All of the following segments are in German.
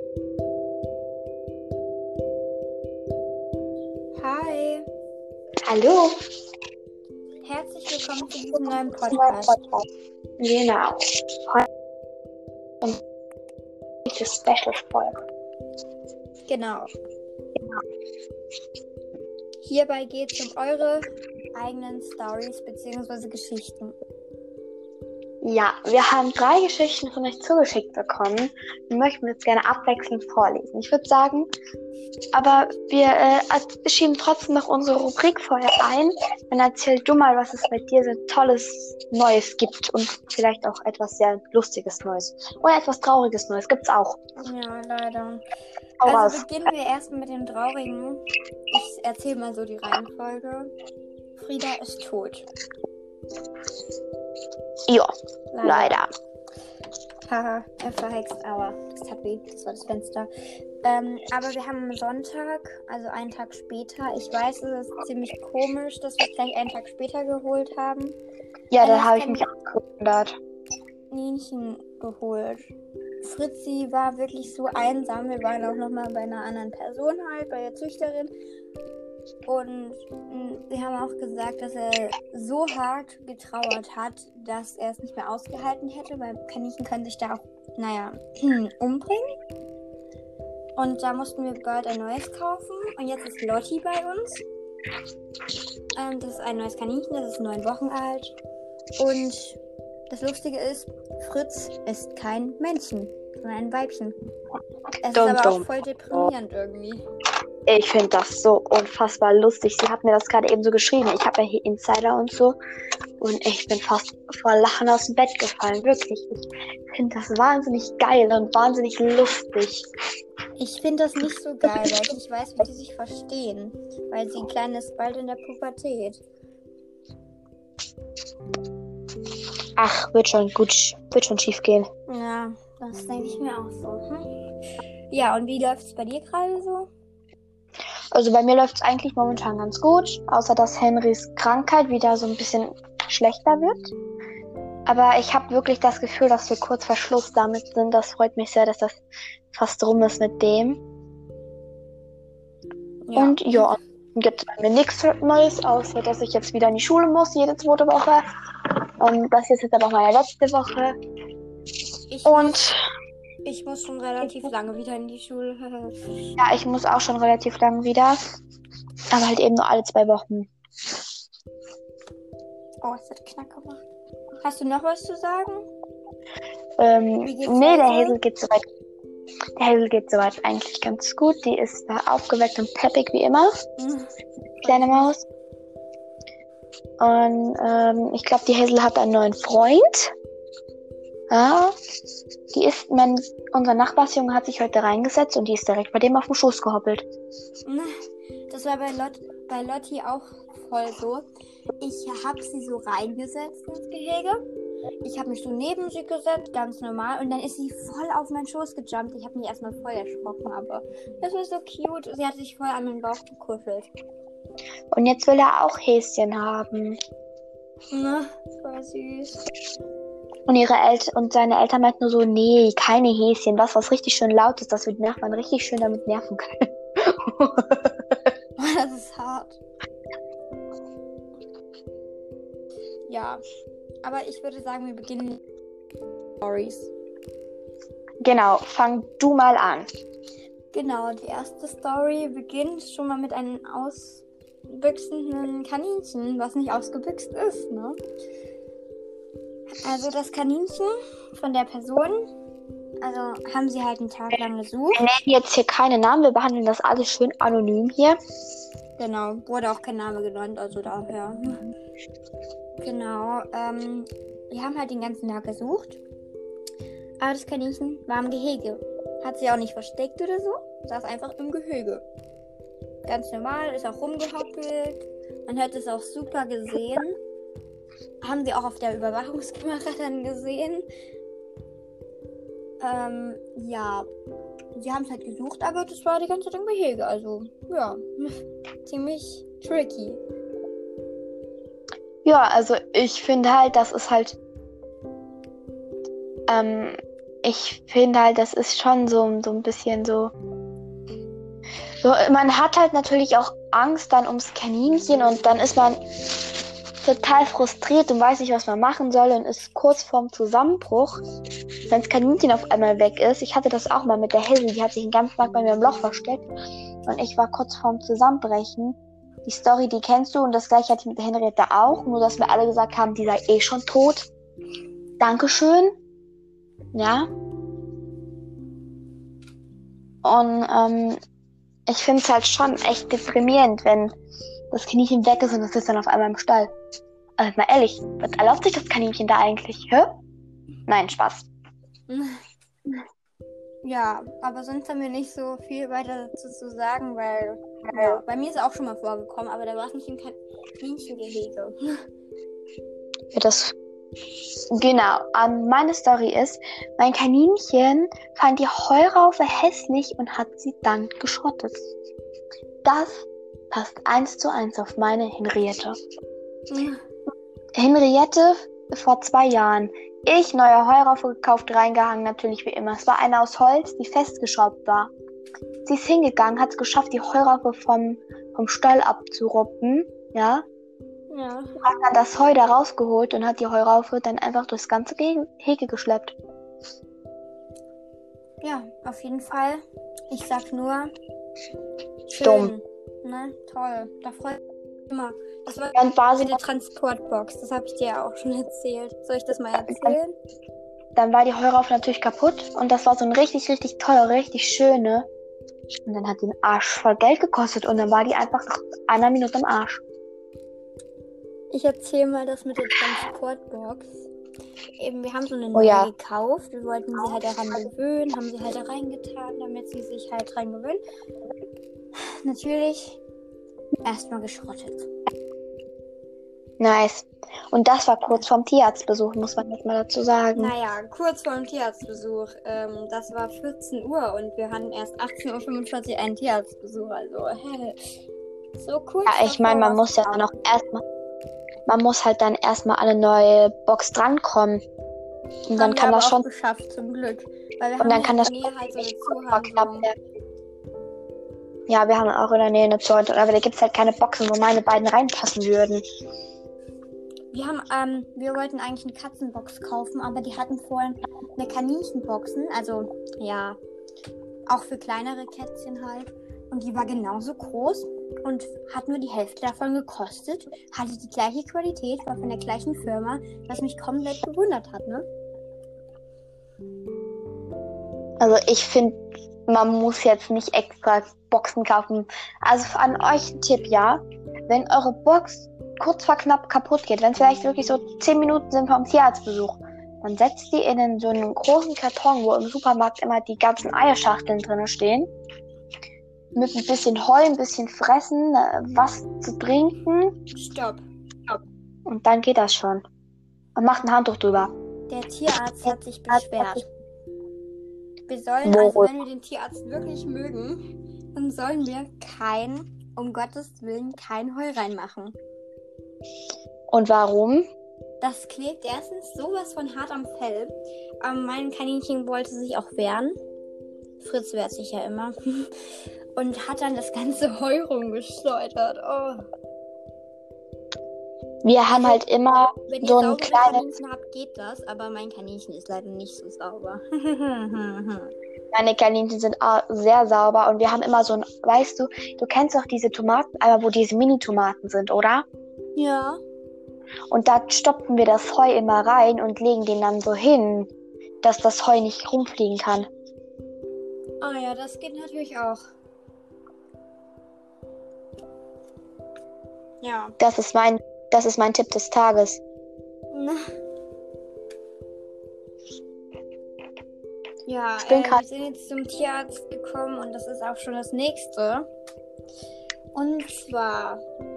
Hi, Hallo. herzlich willkommen zu diesem neuen Podcast. Genau. Heute ist eine Special-Folge. Genau. Hierbei geht es um eure eigenen Stories bzw. Geschichten. Ja, wir haben 3 Geschichten von euch zugeschickt bekommen. Wir möchten jetzt gerne abwechselnd vorlesen. Ich würde sagen, aber wir schieben trotzdem noch unsere Rubrik vorher ein. Dann erzähl du mal, was es bei dir so Tolles Neues gibt und vielleicht auch etwas sehr Lustiges Neues. Oder etwas Trauriges Neues gibt's auch. Ja, leider. Hau Also raus. beginnen wir erstmal mit dem Traurigen. Ich erzähle mal so die Reihenfolge. Frieda ist tot. Ja, leider. Haha, er verhext, aber das tat weh, das war das Fenster. Aber wir haben am Sonntag, also einen Tag später, ich weiß, es ist ziemlich komisch, dass wir es gleich einen Tag später geholt haben, Ja, da habe ich mich auch gewundert. Kaninchen geholt. Fritzi war wirklich so einsam, wir waren auch nochmal bei einer anderen Person halt, bei der Züchterin. Und sie haben auch gesagt, dass er so hart getrauert hat, dass er es nicht mehr ausgehalten hätte, weil Kaninchen können sich da auch, umbringen. Und da mussten wir bald ein neues kaufen. Und jetzt ist Lotti bei uns. Das ist ein neues Kaninchen, das ist 9 Wochen alt. Und das Lustige ist, Fritz ist kein Männchen, sondern ein Weibchen. Es ist aber auch voll deprimierend irgendwie. Ich finde das so unfassbar lustig. Sie hat mir das gerade eben so geschrieben. Ich habe ja hier Insider und so. Und ich bin fast vor Lachen aus dem Bett gefallen. Wirklich. Ich finde das wahnsinnig geil und wahnsinnig lustig. Ich finde das nicht so geil, weil ich nicht weiß, wie die sich verstehen. Weil sie klein ist, bald in der Pubertät. Ach, wird schon schief gehen. Ja, das denke ich mir auch so. Ja, und wie läuft es bei dir gerade so? Also bei mir läuft es eigentlich momentan ganz gut. Außer dass Henrys Krankheit wieder so ein bisschen schlechter wird. Aber ich habe wirklich das Gefühl, dass wir kurz vor Schluss damit sind. Das freut mich sehr, dass das fast rum ist mit dem. Ja. Und ja, gibt es bei mir nichts Neues, außer dass ich jetzt wieder in die Schule muss, jede 2. Woche. Das ist jetzt aber auch meine letzte Woche. Ich muss schon relativ lange wieder in die Schule. Ja, ich muss auch schon relativ lange wieder. Aber halt eben nur alle 2 Wochen. Oh, es hat Knack gemacht. Hast du noch was zu sagen? Nee, der Hazel geht soweit. Der Hazel geht soweit eigentlich ganz gut. Die ist da aufgeweckt und peppig wie immer. Kleine Maus. Und ich glaube, die Hazel hat einen neuen Freund. Ja. Unser Nachbarsjunge hat sich heute reingesetzt und die ist direkt bei dem auf den Schoß gehoppelt. Das war bei Lotti auch voll so. Ich habe sie so reingesetzt ins Gehege. Ich habe mich so neben sie gesetzt, ganz normal. Und dann ist sie voll auf meinen Schoß gejumpt. Ich habe mich erstmal voll erschrocken, aber das war so cute. Sie hat sich voll an meinen Bauch gekuschelt. Und jetzt will er auch Häschen haben. Na, voll süß. Und seine Eltern meinten nur so, nee, keine Häschen. Was richtig schön laut ist, dass wir die Nachbarn richtig schön damit nerven können. Das ist hart. Ja, aber ich würde sagen, wir beginnen mit Stories. Genau, fang du mal an. Genau, die erste Story beginnt schon mal mit einem ausbüchsenden Kaninchen, was nicht ausgebüxt ist, ne? Also das Kaninchen von der Person, also haben sie halt einen Tag lang gesucht. Wir nennen jetzt hier keine Namen, wir behandeln das alles schön anonym hier. Genau, wurde auch kein Name genannt, also daher. Genau, die haben halt den ganzen Tag gesucht. Aber das Kaninchen war im Gehege. Hat sie auch nicht versteckt oder so, saß einfach im Gehege. Ganz normal, ist auch rumgehoppelt. Man hat es auch super gesehen. Haben sie auch auf der Überwachungskamera dann gesehen. Ja, sie haben es halt gesucht, aber das war die ganze Zeit im Gehege. Also, ja, ziemlich tricky. Ja, also ich finde halt, das ist halt ich finde halt, das ist schon so ein bisschen so. So, man hat halt natürlich auch Angst dann ums Kaninchen und dann ist man total frustriert und weiß nicht, was man machen soll und ist kurz vorm Zusammenbruch, wenn das Kaninchen auf einmal weg ist. Ich hatte das auch mal mit der Hazel, die hat sich den ganzen Tag bei mir im Loch versteckt und ich war kurz vorm Zusammenbrechen. Die Story, die kennst du und das gleiche hatte ich mit der Henriette auch, nur dass wir alle gesagt haben, die sei eh schon tot. Dankeschön. Ja. Und ich finde es halt schon echt deprimierend, wenn das Kaninchen weg ist und es ist dann auf einmal im Stall. Also mal ehrlich, was erlaubt sich das Kaninchen da eigentlich? Hä? Nein, Spaß. Ja, aber sonst haben wir nicht so viel weiter dazu zu sagen, weil ja, bei mir ist es auch schon mal vorgekommen, aber da war es nicht im Kaninchengehege. Ja, das. Genau. Meine Story ist, mein Kaninchen fand die Heuraufe hässlich und hat sie dann geschrottet. Das passt 1:1 auf meine Henriette. Henriette vor 2 Jahren. Ich neue Heuraufe gekauft, reingehangen, natürlich wie immer. Es war eine aus Holz, die festgeschraubt war. Sie ist hingegangen, hat es geschafft, die Heuraufe vom Stall abzuruppen. Ja. Ja. Hat dann das Heu da rausgeholt und hat die Heuraufe dann einfach durchs ganze Gehege geschleppt. Ja, auf jeden Fall. Ich sag nur, schön. Dumm. Ne? Toll. Da freut mich immer. Das war Dann war sie eine Transportbox. Das habe ich dir ja auch schon erzählt. Soll ich das mal erzählen? Dann war die Heuraufe natürlich kaputt und das war so eine richtig, richtig tolle, richtig schöne. Und dann hat die einen Arsch voll Geld gekostet und dann war die einfach nach einer Minute im Arsch. Ich erzähle mal das mit der Transportbox. Eben, wir haben so eine neue gekauft. Wir wollten sie halt daran gewöhnen, haben sie halt da reingetan, damit sie sich halt dran gewöhnt. Natürlich erstmal geschrottet. Nice. Und das war kurz vorm Tierarztbesuch, muss man jetzt mal dazu sagen. Naja, kurz vor dem Tierarztbesuch. Das war 14 Uhr und wir hatten erst 18:45 Uhr einen Tierarztbesuch. Also, so kurz. Ja, ich meine, man muss ja dann auch erstmal. Man muss halt dann erstmal an eine neue Box drankommen. Und dann kann das schon. Geschafft, zum Glück. Weil wir und dann kann das in der Nähe halt so eine knapp Zuhandlung. werden. Ja, wir haben auch in der Nähe eine Zuhandlung, aber da gibt es halt keine Boxen, wo meine beiden reinpassen würden. Wir wollten eigentlich eine Katzenbox kaufen, aber die hatten vorhin eine Kaninchenboxen, also ja, auch für kleinere Kätzchen halt. Und die war genauso groß und hat nur die Hälfte davon gekostet, hatte die gleiche Qualität, war von der gleichen Firma, was mich komplett gewundert hat, ne? Also ich finde, man muss jetzt nicht extra Boxen kaufen. Also an euch ein Tipp, ja, wenn eure Box kurz vor knapp kaputt geht, wenn es vielleicht wirklich so 10 Minuten sind vom Tierarztbesuch, dann setzt die in so einen großen Karton, wo im Supermarkt immer die ganzen Eierschachteln drin stehen. Mit ein bisschen Heu, ein bisschen Fressen, was zu trinken. Stopp. Und dann geht das schon. Und macht ein Handtuch drüber. Der Tierarzt hat sich beschwert. Wir sollen, also wenn wir den Tierarzt wirklich mögen, dann sollen wir um Gottes Willen, kein Heu reinmachen. Und warum? Das klebt erstens sowas von hart am Fell. Mein Kaninchen wollte sich auch wehren. Fritz wehrt sich ja immer. Und hat dann das ganze Heu rumgeschleudert. Oh. Wir haben halt immer wenn so ihr ein saubere kleines... Kaninchen habt, geht das. Aber mein Kaninchen ist leider nicht so sauber. Meine Kaninchen sind sehr sauber und wir haben immer so ein... Weißt du, du kennst doch diese Tomaten, einmal wo diese Mini-Tomaten sind, oder? Ja. Und da stopfen wir das Heu immer rein und legen den dann so hin, dass das Heu nicht rumfliegen kann. Ah ja, das geht natürlich auch. Ja. Das ist mein Tipp des Tages. Ja, wir sind jetzt zum Tierarzt gekommen und das ist auch schon das nächste. Und zwar,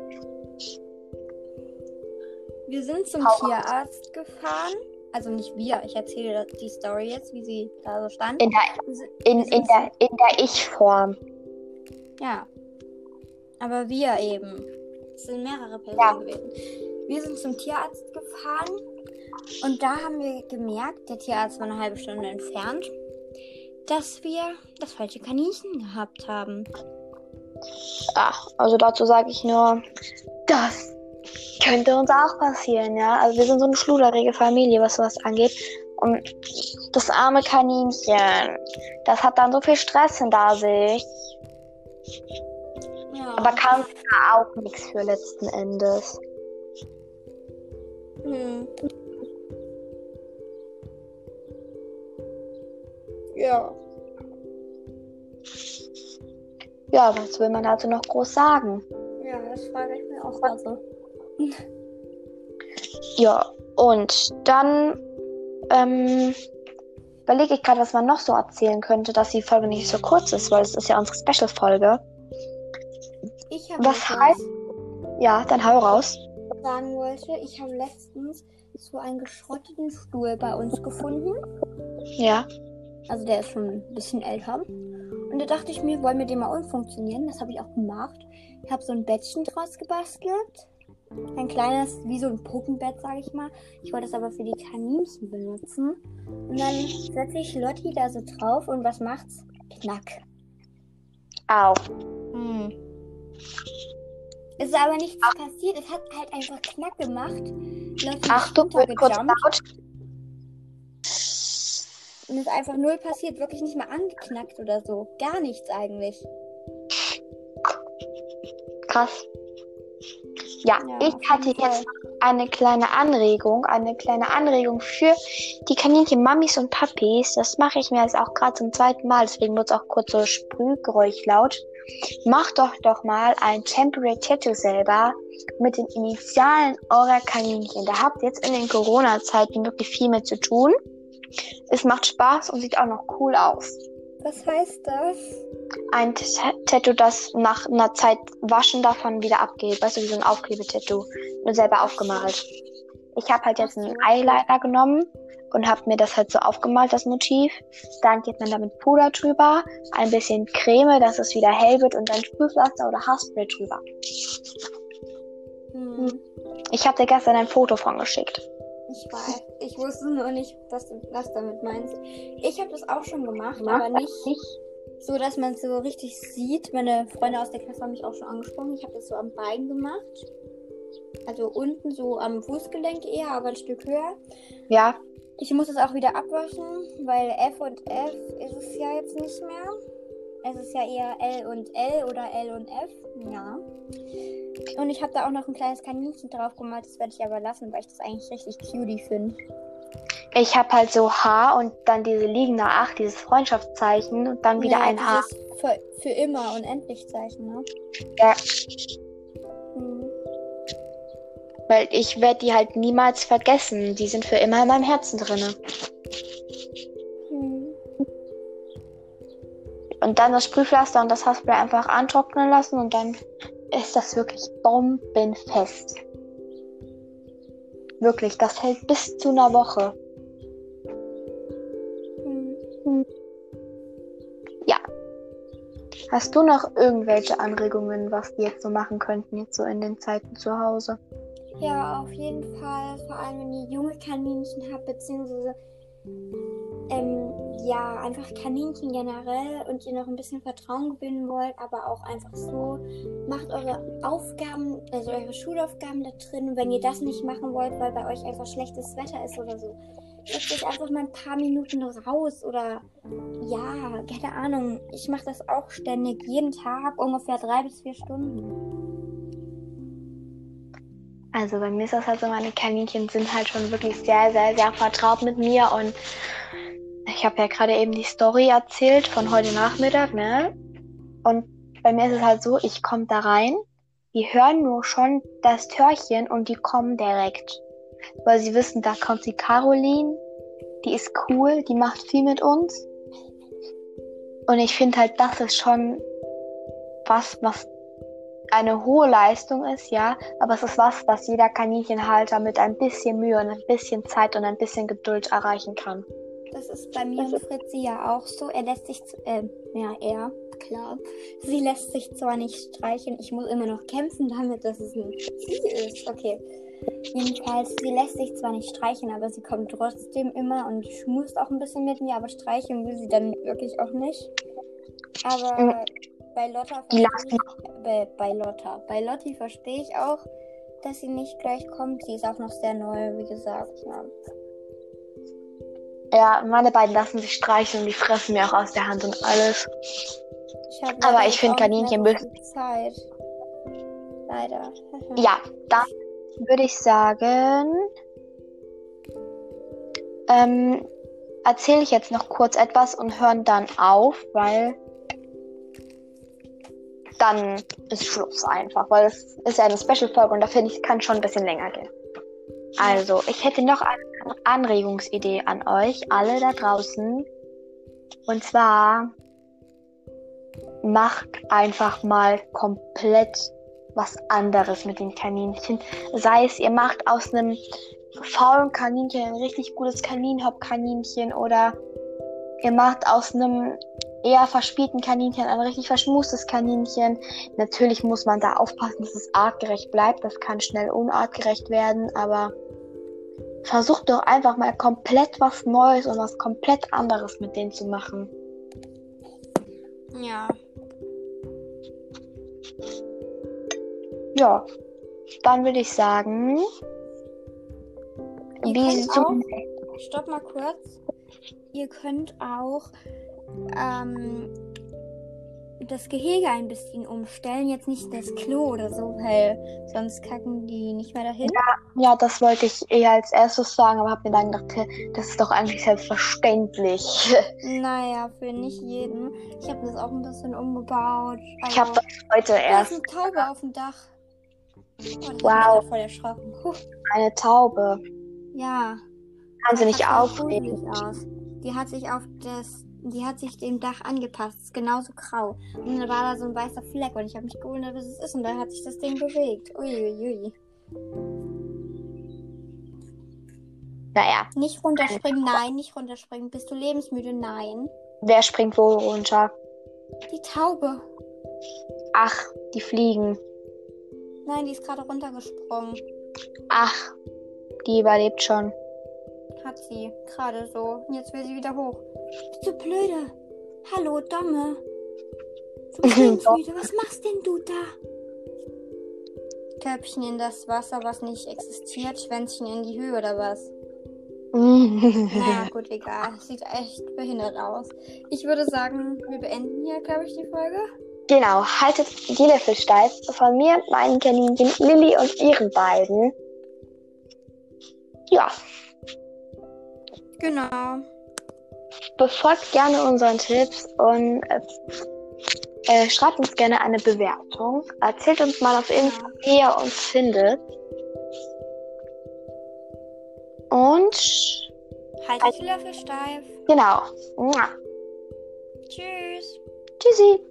wir sind zum Tierarzt gefahren. Also nicht wir, ich erzähle die Story jetzt, wie sie da so stand. In der Ich-Form. Ja. Aber wir eben. Es sind mehrere Personen gewesen. Wir sind zum Tierarzt gefahren Und da haben wir gemerkt, der Tierarzt war eine halbe Stunde entfernt, dass wir das falsche Kaninchen gehabt haben. Ach, also dazu sage ich nur, das könnte uns auch passieren, ja. Also wir sind so eine schluderige Familie, was sowas angeht. Und das arme Kaninchen, das hat dann so viel Stress hinter sich. Ja. Aber kann da auch nichts für letzten Endes. Ja. Ja, was will man dazu noch groß sagen? Ja, das frage ich mir auch gerade so. Ja, und dann überlege ich gerade, was man noch so erzählen könnte, dass die Folge nicht so kurz ist, weil es ist ja unsere Special-Folge. Ich habe Was heißt? Ja, dann hau raus. sagen wollte, ich habe letztens so einen geschrotteten Stuhl bei uns gefunden. Ja. Also der ist schon ein bisschen älter. Und da dachte ich mir, wollen wir den mal umfunktionieren? Das habe ich auch gemacht. Ich habe so ein Bettchen draus gebastelt. Ein kleines, wie so ein Puppenbett, sage ich mal. Ich wollte es aber für die Kaninchen benutzen. Und dann setze ich Lotti da so drauf und was macht's? Knack. Au. Es ist aber nichts passiert. Es hat halt einfach Knack gemacht. Lotti Ach, ist du wird kurz runtergejumpt. laut. Und es ist einfach null passiert. Wirklich nicht mal angeknackt oder so. Gar nichts eigentlich. Krass. Ja, Ja, ich auf hatte jeden Fall. jetzt eine kleine Anregung für die Kaninchen Mamis und Papis. Das mache ich mir jetzt auch gerade zum zweiten Mal, deswegen wird es auch kurz so Sprühgeräusch laut. Macht doch mal ein Temporary Tattoo selber mit den Initialen eurer Kaninchen. Da habt ihr jetzt in den Corona-Zeiten wirklich viel mit zu tun. Es macht Spaß und sieht auch noch cool aus. Was heißt das? Ein Tattoo, das nach einer Zeit waschen davon wieder abgeht. Weißt du, wie so ein Aufklebetattoo. Nur selber aufgemalt. Ich habe halt jetzt einen Eyeliner genommen und habe mir das halt so aufgemalt, das Motiv. Dann geht man da mit Puder drüber, ein bisschen Creme, dass es wieder hell wird und dann Sprühpflaster oder Haarspray drüber. Ich habe dir gestern ein Foto von geschickt. Ich weiß. Ich wusste nur nicht, was du das damit meinst. Ich habe das auch schon gemacht, aber nicht so, dass man es so richtig sieht. Meine Freunde aus der Klasse haben mich auch schon angesprochen. Ich habe das so am Bein gemacht. Also unten so am Fußgelenk eher, aber ein Stück höher. Ja. Ich muss es auch wieder abwaschen, weil F und F ist es ja jetzt nicht mehr. Es ist ja eher L und L oder L und F. Ja. Und ich habe da auch noch ein kleines Kaninchen drauf gemalt. Das werde ich aber lassen, weil ich das eigentlich richtig cutie finde. Ich habe halt so H und dann diese liegende 8, dieses Freundschaftszeichen und dann wieder ein H. Das ist für immer unendlich Zeichen, ne? Ja. Weil ich werde die halt niemals vergessen. Die sind für immer in meinem Herzen drin. Und dann das Sprühpflaster und das Haarspray einfach antrocknen lassen und dann ist das wirklich bombenfest. Wirklich, das hält bis zu einer Woche. Ja. Hast du noch irgendwelche Anregungen, was wir jetzt so machen könnten, jetzt so in den Zeiten zu Hause? Ja, auf jeden Fall. Vor allem, wenn ihr junge Kaninchen habt, beziehungsweise ja, einfach Kaninchen generell und ihr noch ein bisschen Vertrauen gewinnen wollt, aber auch einfach so, macht eure Aufgaben, also eure Schulaufgaben da drin. Wenn ihr das nicht machen wollt, weil bei euch einfach schlechtes Wetter ist oder so, setzt euch einfach mal ein paar Minuten raus oder ja, keine Ahnung. Ich mache das auch ständig, jeden Tag ungefähr 3 bis 4 Stunden. Also bei mir ist das halt so, meine Kaninchen sind halt schon wirklich sehr, sehr, sehr vertraut mit mir und ich habe ja gerade eben die Story erzählt von heute Nachmittag, ne? Und bei mir ist es halt so, ich komme da rein, die hören nur schon das Türchen und die kommen direkt. Weil sie wissen, da kommt die Caroline, die ist cool, die macht viel mit uns. Und ich finde halt, das ist schon was eine hohe Leistung ist, ja. Aber es ist was jeder Kaninchenhalter mit ein bisschen Mühe und ein bisschen Zeit und ein bisschen Geduld erreichen kann. Das ist bei mir und Fritzi ja auch so. Er lässt sich, klar. Sie lässt sich zwar nicht streicheln, ich muss immer noch kämpfen damit, dass es ein Sie ist. Okay. Jedenfalls, sie lässt sich zwar nicht streicheln, aber sie kommt trotzdem immer und schmust auch ein bisschen mit mir, aber streicheln will sie dann wirklich auch nicht. Aber bei Lotta bei Lotti verstehe ich auch, dass sie nicht gleich kommt. Sie ist auch noch sehr neu, wie gesagt. Ja. Ja, meine beiden lassen sich streicheln und die fressen mir auch aus der Hand und alles. Aber ich finde Kaninchen müssen. Zeit. Leider. Ja, dann würde ich sagen, erzähle ich jetzt noch kurz etwas und hören dann auf, weil dann ist Schluss einfach, weil es ist ja eine Special-Folge und da finde ich, es kann schon ein bisschen länger gehen. Also, ich hätte noch eine Anregungsidee an euch, alle da draußen. Und zwar, macht einfach mal komplett was anderes mit den Kaninchen. Sei es, ihr macht aus einem faulen Kaninchen ein richtig gutes Kaninhop-Kaninchen oder ihr macht aus einem eher verspielten Kaninchen ein richtig verschmustes Kaninchen. Natürlich muss man da aufpassen, dass es artgerecht bleibt. Das kann schnell unartgerecht werden, aber versucht doch einfach mal komplett was Neues und was komplett anderes mit denen zu machen. Ja. Ja, dann würde ich sagen, stopp mal kurz. Ihr könnt auch das Gehege ein bisschen umstellen. Jetzt nicht das Klo oder so, weil sonst kacken die nicht mehr dahin. Ja, das wollte ich eher als erstes sagen, aber habe mir dann gedacht, das ist doch eigentlich selbstverständlich. Naja, für nicht jeden. Ich habe das auch ein bisschen umgebaut. Also, Ich habe das heute da erst. ist eine Taube auf dem Dach. Oh, das Wow. ist voll erschrocken. Eine Taube. Ja. Kann sie nicht Das sah aufregen. gruselig aus. Die hat sich dem Dach angepasst. Ist genauso grau. Und dann war da so ein weißer Fleck und ich habe mich gewundert, was es ist. Und da hat sich das Ding bewegt. Uiuiui. Naja, Nicht runterspringen, nein, nicht runterspringen. Bist du lebensmüde? Nein. wer springt wo runter? Die Taube. Ach, die fliegen. Nein, die ist gerade runtergesprungen. Ach, die überlebt schon. Hat sie. Gerade so. Und jetzt will sie wieder hoch. Bist du blöde? Hallo, Domme. Du bist lebensmüde. Was machst denn du da? Köpfchen in das Wasser, was nicht existiert. Schwänzchen in die Höhe oder was? Naja, gut, egal. Sieht echt behindert aus. Ich würde sagen, wir beenden hier, glaube ich, die Folge. Genau, haltet die Löffel steif. Von mir, meinen Kaninchen Lilly und ihren beiden. Ja, Genau. befolgt gerne unseren Tipps und schreibt uns gerne eine Bewertung. Erzählt uns mal auf Insta, wie ihr uns findet. Und Haltet die Löffel steif. genau. Mua. Tschüss. Tschüssi.